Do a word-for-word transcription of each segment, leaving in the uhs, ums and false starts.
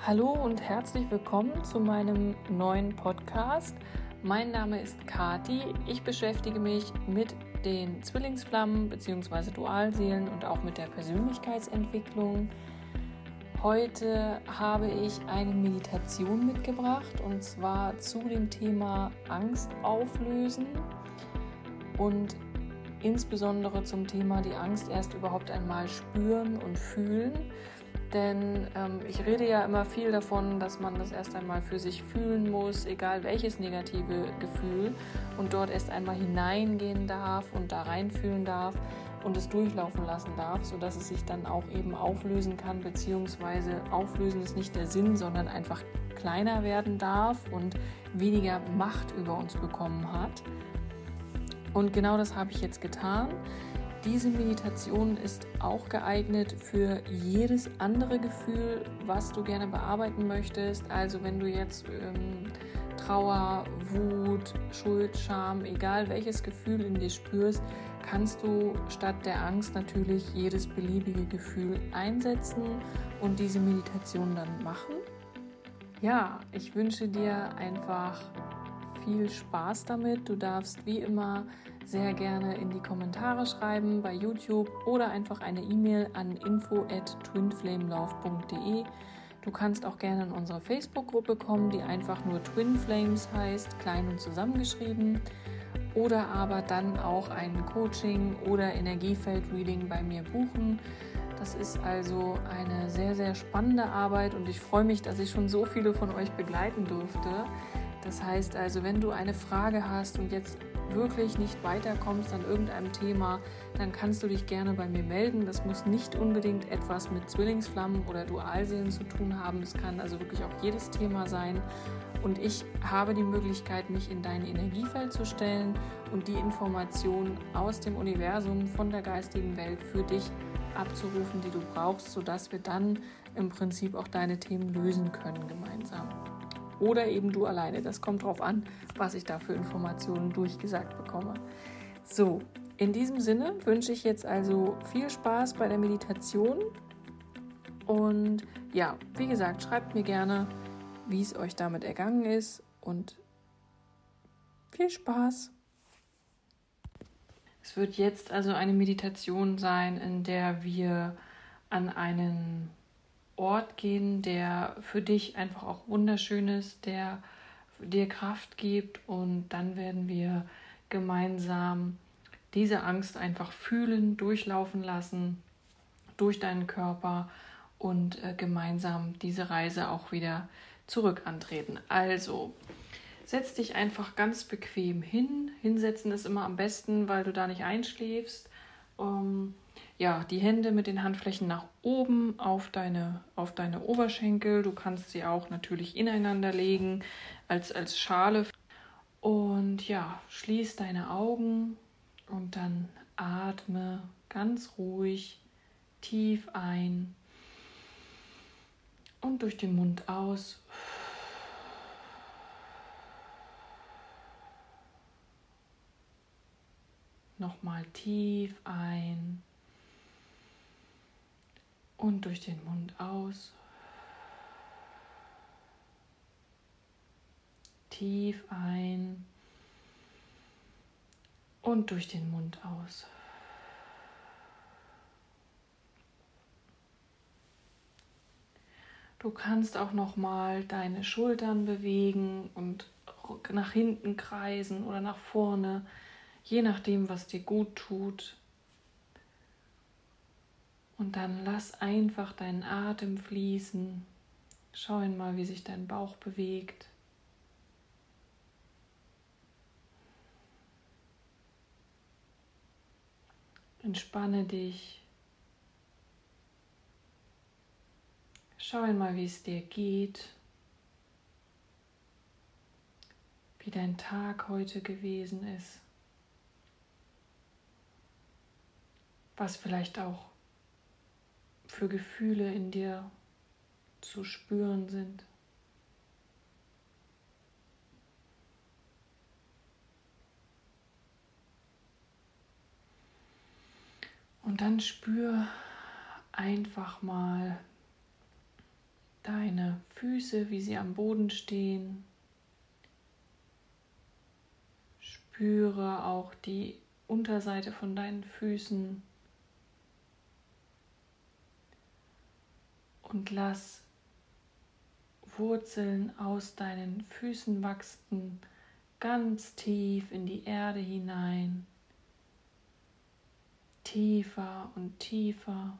Hallo und herzlich willkommen zu meinem neuen Podcast. Mein Name ist Kati. Ich beschäftige mich mit den Zwillingsflammen bzw. Dualseelen und auch mit der Persönlichkeitsentwicklung. Heute habe ich eine Meditation mitgebracht und zwar zu dem Thema Angst auflösen und insbesondere zum Thema die Angst erst überhaupt einmal spüren und fühlen. Denn ähm, ich rede ja immer viel davon, dass man das erst einmal für sich fühlen muss, egal welches negative Gefühl, und dort erst einmal hineingehen darf und da reinfühlen darf und es durchlaufen lassen darf, sodass es sich dann auch eben auflösen kann, beziehungsweise auflösen ist nicht der Sinn, sondern einfach kleiner werden darf und weniger Macht über uns bekommen hat. Und genau das habe ich jetzt getan. Diese Meditation ist auch geeignet für jedes andere Gefühl, was du gerne bearbeiten möchtest. Also wenn du jetzt ähm, Trauer, Wut, Schuld, Scham, egal welches Gefühl in dir spürst, kannst du statt der Angst natürlich jedes beliebige Gefühl einsetzen und diese Meditation dann machen. Ja, ich wünsche dir einfach viel Spaß damit. Du darfst wie immer sehr gerne in die Kommentare schreiben bei YouTube oder einfach eine E-Mail an info at twinflamelove punkt de. Du kannst auch gerne in unsere Facebook-Gruppe kommen, die einfach nur Twin Flames heißt, klein und zusammengeschrieben. Oder aber dann auch ein Coaching oder Energiefeld-Reading bei mir buchen. Das ist also eine sehr, sehr spannende Arbeit und ich freue mich, dass ich schon so viele von euch begleiten durfte. Das heißt also, wenn du eine Frage hast und jetzt wirklich nicht weiterkommst an irgendeinem Thema, dann kannst du dich gerne bei mir melden. Das muss nicht unbedingt etwas mit Zwillingsflammen oder Dualseelen zu tun haben. Es kann also wirklich auch jedes Thema sein. Und ich habe die Möglichkeit, mich in dein Energiefeld zu stellen und die Informationen aus dem Universum, von der geistigen Welt für dich abzurufen, die du brauchst, sodass wir dann im Prinzip auch deine Themen lösen können gemeinsam. Oder eben du alleine. Das kommt drauf an, was ich da für Informationen durchgesagt bekomme. So, in diesem Sinne wünsche ich jetzt also viel Spaß bei der Meditation. Und ja, wie gesagt, schreibt mir gerne, wie es euch damit ergangen ist. Und viel Spaß! Es wird jetzt also eine Meditation sein, in der wir an einen Ort gehen, der für dich einfach auch wunderschön ist, der dir Kraft gibt, und dann werden wir gemeinsam diese Angst einfach fühlen, durchlaufen lassen durch deinen Körper und äh, gemeinsam diese Reise auch wieder zurück antreten. Also setz dich einfach ganz bequem hin. Hinsetzen ist immer am besten, weil du da nicht einschläfst. Um, Ja, die Hände mit den Handflächen nach oben auf deine, auf deine Oberschenkel. Du kannst sie auch natürlich ineinander legen als, als Schale. Und ja, schließ deine Augen und dann atme ganz ruhig tief ein und durch den Mund aus. Nochmal tief ein. Und durch den Mund aus. Tief ein. Und durch den Mund aus. Du kannst auch nochmal deine Schultern bewegen und nach hinten kreisen oder nach vorne, je nachdem, was dir gut tut. Und dann lass einfach deinen Atem fließen. Schau einmal, wie sich dein Bauch bewegt. Entspanne dich. Schau einmal, wie es dir geht. Wie dein Tag heute gewesen ist. Was vielleicht auch für Gefühle in dir zu spüren sind. Und dann spür einfach mal deine Füße, wie sie am Boden stehen. Spüre auch die Unterseite von deinen Füßen und lass Wurzeln aus deinen Füßen wachsen, ganz tief in die Erde hinein, tiefer und tiefer.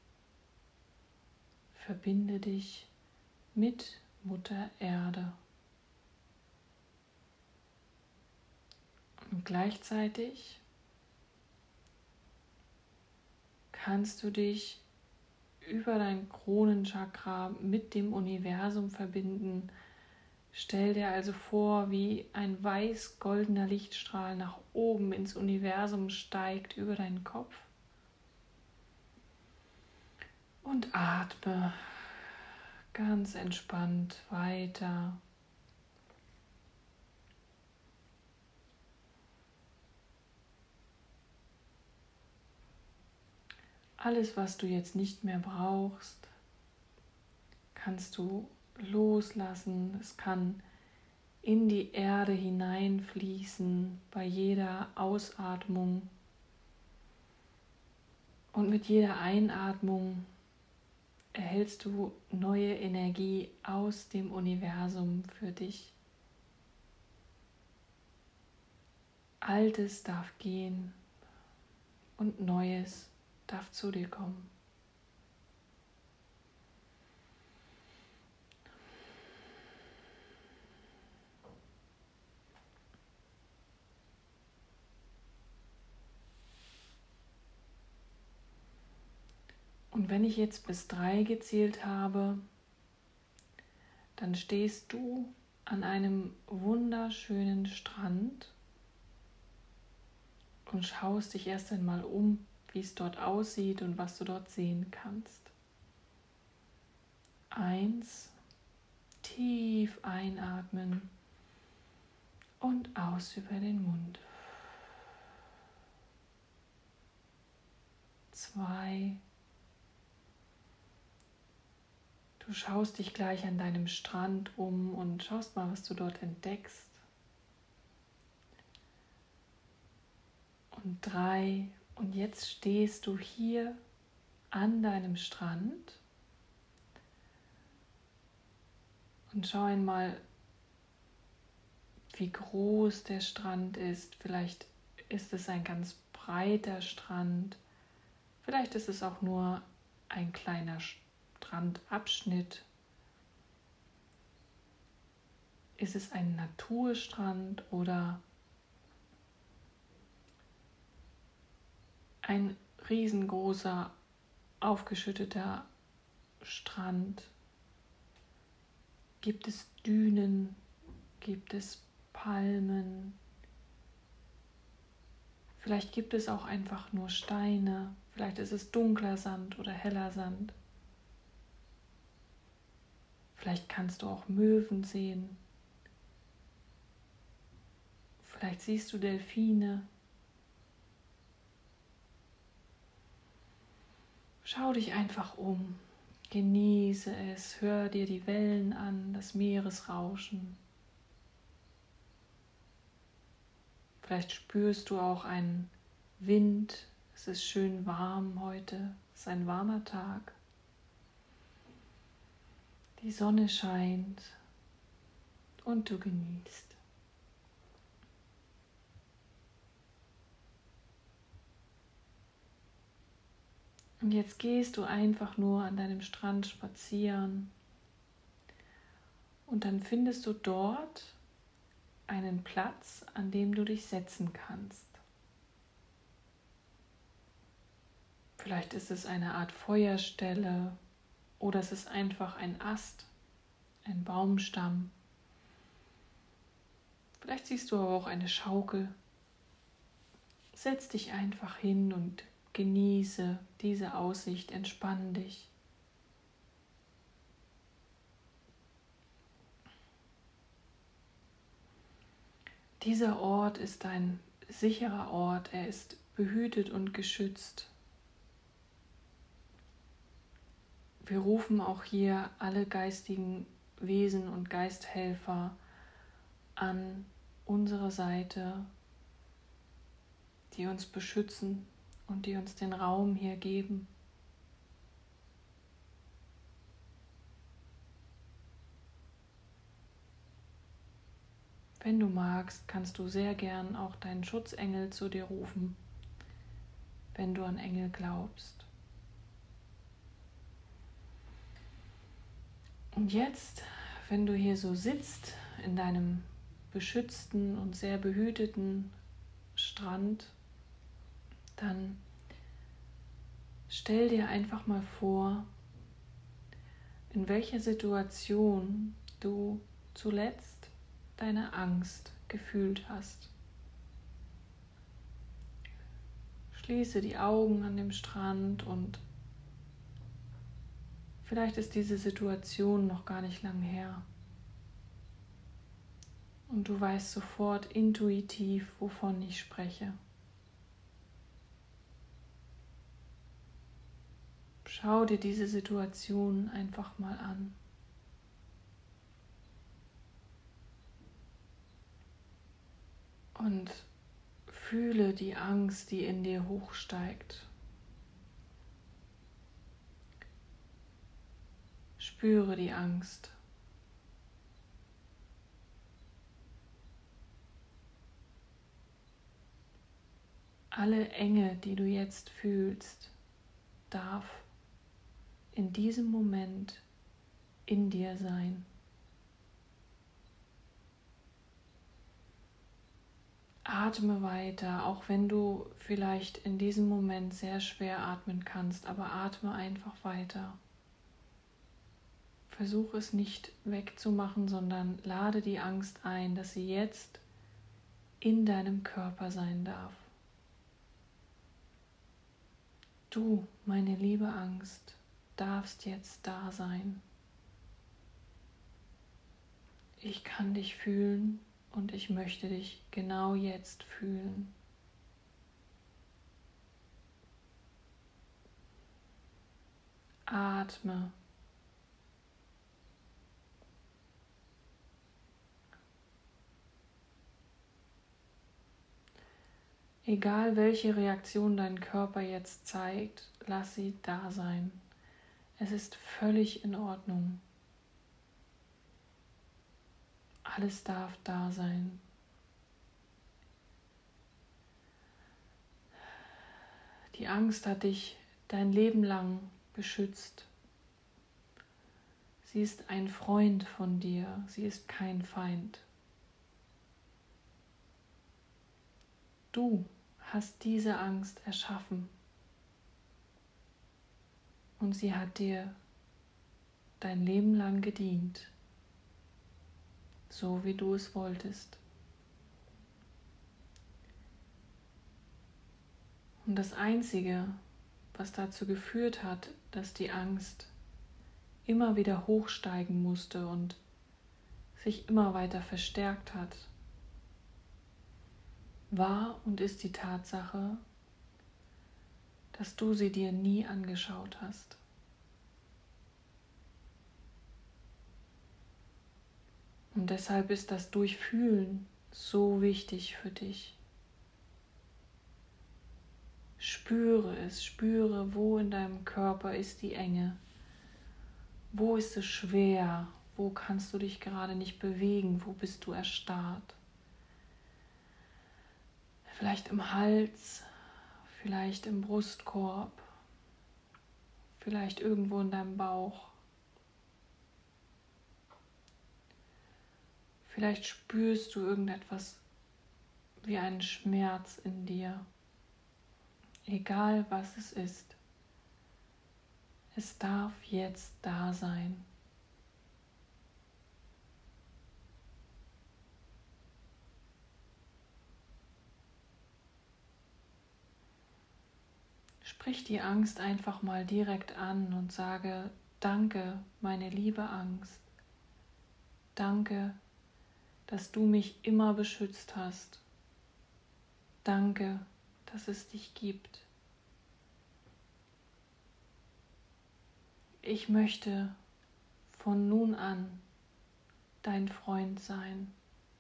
Verbinde dich mit Mutter Erde. Und gleichzeitig kannst du dich über dein Kronenchakra mit dem Universum verbinden. Stell dir also vor, wie ein weiß-goldener Lichtstrahl nach oben ins Universum steigt über deinen Kopf. Und atme ganz entspannt weiter. Alles, was du jetzt nicht mehr brauchst, kannst du loslassen. Es kann in die Erde hineinfließen bei jeder Ausatmung. Und mit jeder Einatmung erhältst du neue Energie aus dem Universum für dich. Altes darf gehen und Neues darf zu dir kommen. Und wenn ich jetzt bis drei gezählt habe, dann stehst du an einem wunderschönen Strand und schaust dich erst einmal um, wie es dort aussieht und was du dort sehen kannst. Eins, tief einatmen und aus über den Mund. Zwei. Du schaust dich gleich an deinem Strand um und schaust mal, was du dort entdeckst. Und drei. Und jetzt stehst du hier an deinem Strand und schau einmal, wie groß der Strand ist. Vielleicht ist es ein ganz breiter Strand. Vielleicht ist es auch nur ein kleiner Strandabschnitt. Ist es ein Naturstrand oder ein riesengroßer, aufgeschütteter Strand? Gibt es Dünen? Gibt es Palmen? Vielleicht gibt es auch einfach nur Steine. Vielleicht ist es dunkler Sand oder heller Sand. Vielleicht kannst du auch Möwen sehen. Vielleicht siehst du Delfine. Schau dich einfach um, genieße es, hör dir die Wellen an, das Meeresrauschen. Vielleicht spürst du auch einen Wind, es ist schön warm heute, es ist ein warmer Tag. Die Sonne scheint und du genießt. Und jetzt gehst du einfach nur an deinem Strand spazieren und dann findest du dort einen Platz, an dem du dich setzen kannst. Vielleicht ist es eine Art Feuerstelle oder es ist einfach ein Ast, ein Baumstamm. Vielleicht siehst du aber auch eine Schaukel. Setz dich einfach hin und genieße diese Aussicht, entspann dich. Dieser Ort ist ein sicherer Ort, er ist behütet und geschützt. wir rufen auch hier alle geistigen Wesen und Geisthelfer an unsere Seite, die uns beschützen und die uns den Raum hier geben. Wenn du magst, kannst du sehr gern auch deinen Schutzengel zu dir rufen, wenn du an Engel glaubst. Und jetzt, wenn du hier so sitzt in deinem beschützten und sehr behüteten Strand, dann stell dir einfach mal vor, in welcher Situation du zuletzt deine Angst gefühlt hast. Schließe die Augen an dem Strand und vielleicht ist diese Situation noch gar nicht lang her. Und du weißt sofort intuitiv, wovon ich spreche. Schau dir diese Situation einfach mal an. Und fühle die Angst, die in dir hochsteigt. Spüre die Angst. Alle Enge, die du jetzt fühlst, darf in diesem Moment in dir sein. Atme weiter, auch wenn du vielleicht in diesem Moment sehr schwer atmen kannst, aber atme einfach weiter. Versuch es nicht wegzumachen, sondern lade die Angst ein, dass sie jetzt in deinem Körper sein darf. Du, meine liebe Angst, darfst jetzt da sein. Ich kann dich fühlen und ich möchte dich genau jetzt fühlen. Atme. Egal welche Reaktion dein Körper jetzt zeigt, lass sie da sein. Es ist völlig in Ordnung. Alles darf da sein. Die Angst hat dich dein Leben lang beschützt. Sie ist ein Freund von dir, sie ist kein Feind. Du hast diese Angst erschaffen und sie hat dir dein Leben lang gedient, so wie du es wolltest. Und das Einzige, was dazu geführt hat, dass die Angst immer wieder hochsteigen musste und sich immer weiter verstärkt hat, war und ist die Tatsache, dass du sie dir nie angeschaut hast. Und deshalb ist das Durchfühlen so wichtig für dich. Spüre es, spüre, wo in deinem Körper ist die Enge. Wo ist es schwer? Wo kannst du dich gerade nicht bewegen? Wo bist du erstarrt? Vielleicht im Hals, vielleicht im Brustkorb, vielleicht irgendwo in deinem Bauch. Vielleicht spürst du irgendetwas wie einen Schmerz in dir. Egal was es ist, es darf jetzt da sein. Sprich die Angst einfach mal direkt an und sage: Danke, meine liebe Angst. Danke, dass du mich immer beschützt hast. Danke, dass es dich gibt. ich möchte von nun an dein Freund sein.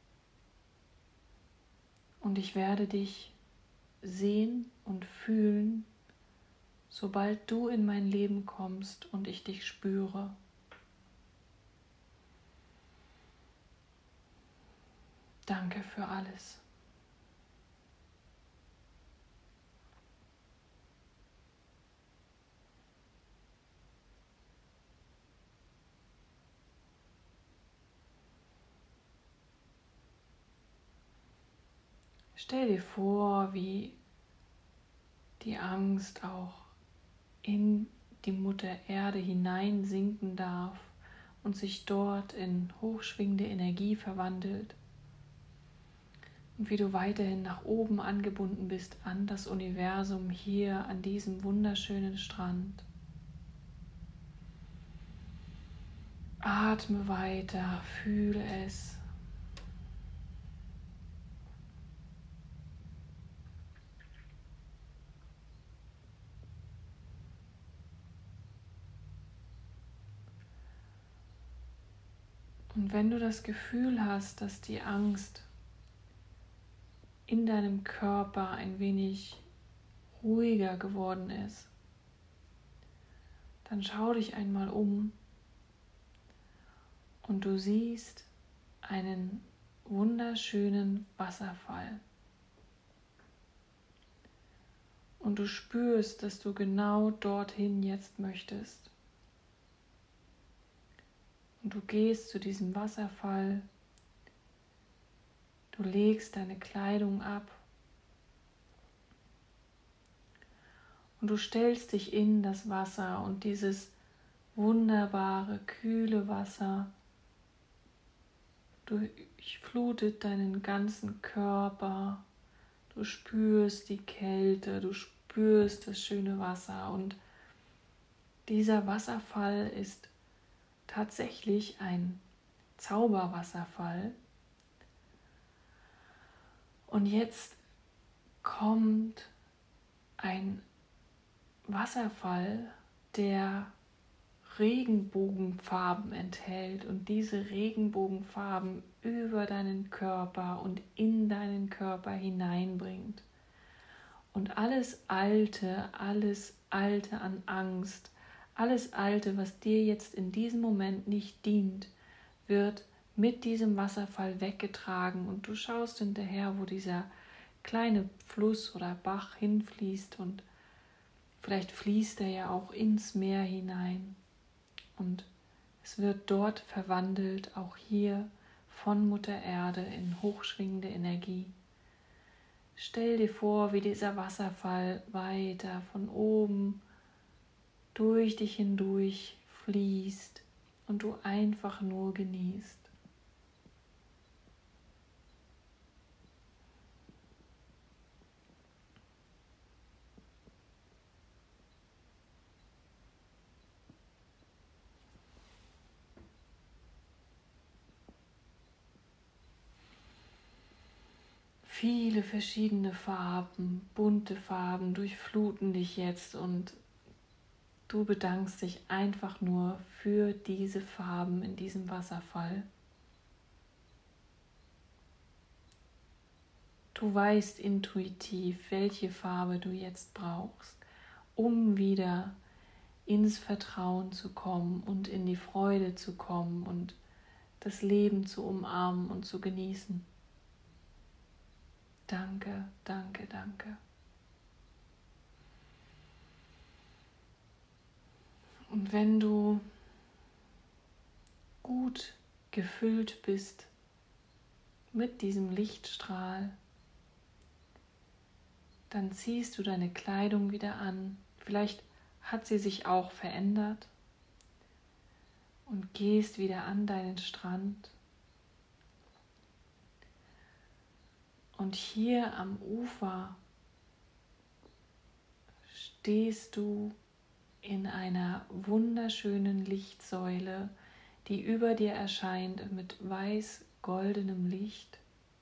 Und ich werde dich sehen und fühlen, sobald du in mein Leben kommst und ich dich spüre. Danke für alles. Stell dir vor, wie die Angst auch in die Mutter Erde hineinsinken darf und sich dort in hochschwingende Energie verwandelt. Und wie du weiterhin nach oben angebunden bist an das Universum hier an diesem wunderschönen Strand. Atme weiter, fühle es. Und wenn du das Gefühl hast, dass die Angst in deinem Körper ein wenig ruhiger geworden ist, dann schau dich einmal um und du siehst einen wunderschönen Wasserfall. Und du spürst, dass du genau dorthin jetzt möchtest. Und du gehst zu diesem Wasserfall, du legst deine Kleidung ab und du stellst dich in das Wasser und dieses wunderbare, kühle Wasser durchflutet deinen ganzen Körper, du spürst die Kälte, du spürst das schöne Wasser und dieser Wasserfall ist tatsächlich ein Zauberwasserfall. Und jetzt kommt ein Wasserfall, der Regenbogenfarben enthält und diese Regenbogenfarben über deinen Körper und in deinen Körper hineinbringt. Und alles Alte, alles Alte an Angst, alles Alte, was dir jetzt in diesem Moment nicht dient, wird mit diesem Wasserfall weggetragen und du schaust hinterher, wo dieser kleine Fluss oder Bach hinfließt und vielleicht fließt er ja auch ins Meer hinein und es wird dort verwandelt, auch hier von Mutter Erde in hochschwingende Energie. Stell dir vor, wie dieser Wasserfall weiter von oben durch dich hindurch fließt und du einfach nur genießt. Viele verschiedene Farben, bunte Farben durchfluten dich jetzt und du bedankst dich einfach nur für diese Farben in diesem Wasserfall. Du weißt intuitiv, welche Farbe du jetzt brauchst, um wieder ins Vertrauen zu kommen und in die Freude zu kommen und das Leben zu umarmen und zu genießen. Danke, danke, danke. Und wenn du gut gefüllt bist mit diesem Lichtstrahl, dann ziehst du deine Kleidung wieder an. Vielleicht hat sie sich auch verändert und gehst wieder an deinen Strand. Und hier am Ufer stehst du in einer wunderschönen Lichtsäule, die über dir erscheint mit weiß-goldenem Licht.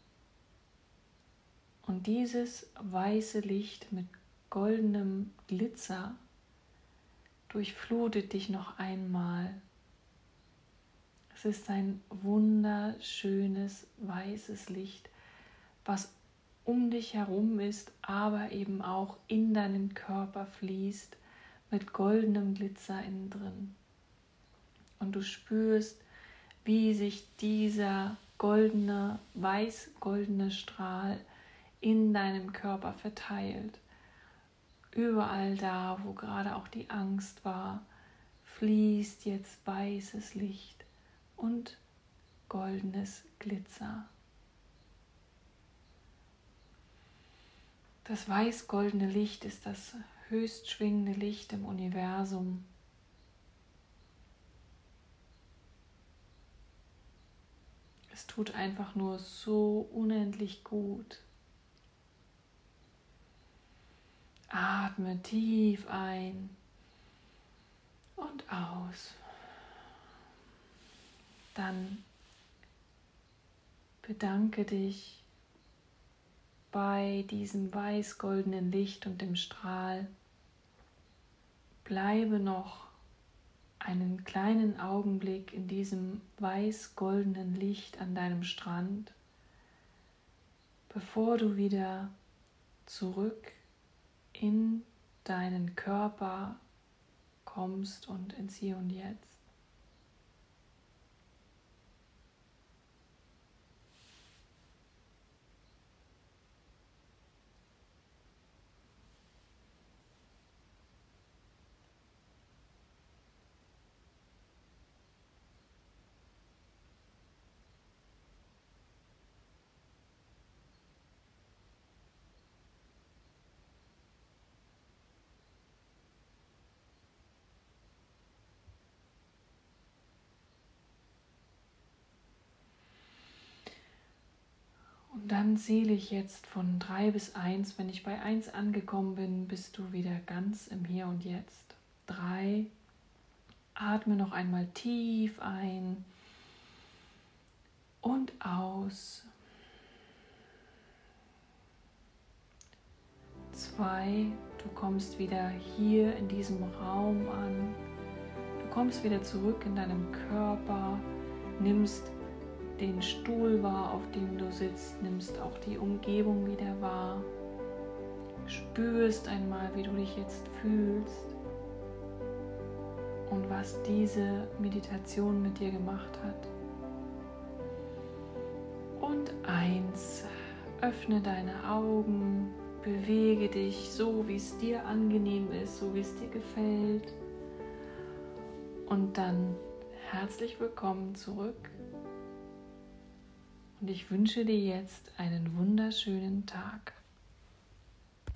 Und dieses weiße Licht mit goldenem Glitzer durchflutet dich noch einmal. Es ist ein wunderschönes weißes Licht, was um dich herum ist, aber eben auch in deinen Körper fließt mit goldenem Glitzer innen drin. Und du spürst, wie sich dieser goldene, weiß-goldene Strahl in deinem Körper verteilt. Überall da, wo gerade auch die Angst war, fließt jetzt weißes Licht und goldenes Glitzer. Das weiß-goldene Licht ist das höchst schwingende Licht im Universum. Es tut einfach nur so unendlich gut. Atme tief ein und aus. Dann bedanke dich bei diesem weiß-goldenen Licht und dem Strahl. Bleibe noch einen kleinen Augenblick in diesem weiß-goldenen Licht an deinem Strand, bevor du wieder zurück in deinen Körper kommst und ins Hier und Jetzt. Und dann zähle ich jetzt von drei bis eins. Wenn ich bei eins angekommen bin, bist du wieder ganz im Hier und Jetzt. drei. Atme noch einmal tief ein und aus. zwei. Du kommst wieder hier in diesem Raum an. Du kommst wieder zurück in deinem Körper, nimmst den Stuhl wahr, auf dem du sitzt, nimmst auch die Umgebung wieder wahr, spürst einmal, wie du dich jetzt fühlst und was diese Meditation mit dir gemacht hat. Und eins, öffne deine Augen, bewege dich so, wie es dir angenehm ist, so wie es dir gefällt. Und dann herzlich willkommen zurück. Und ich wünsche dir jetzt einen wunderschönen Tag.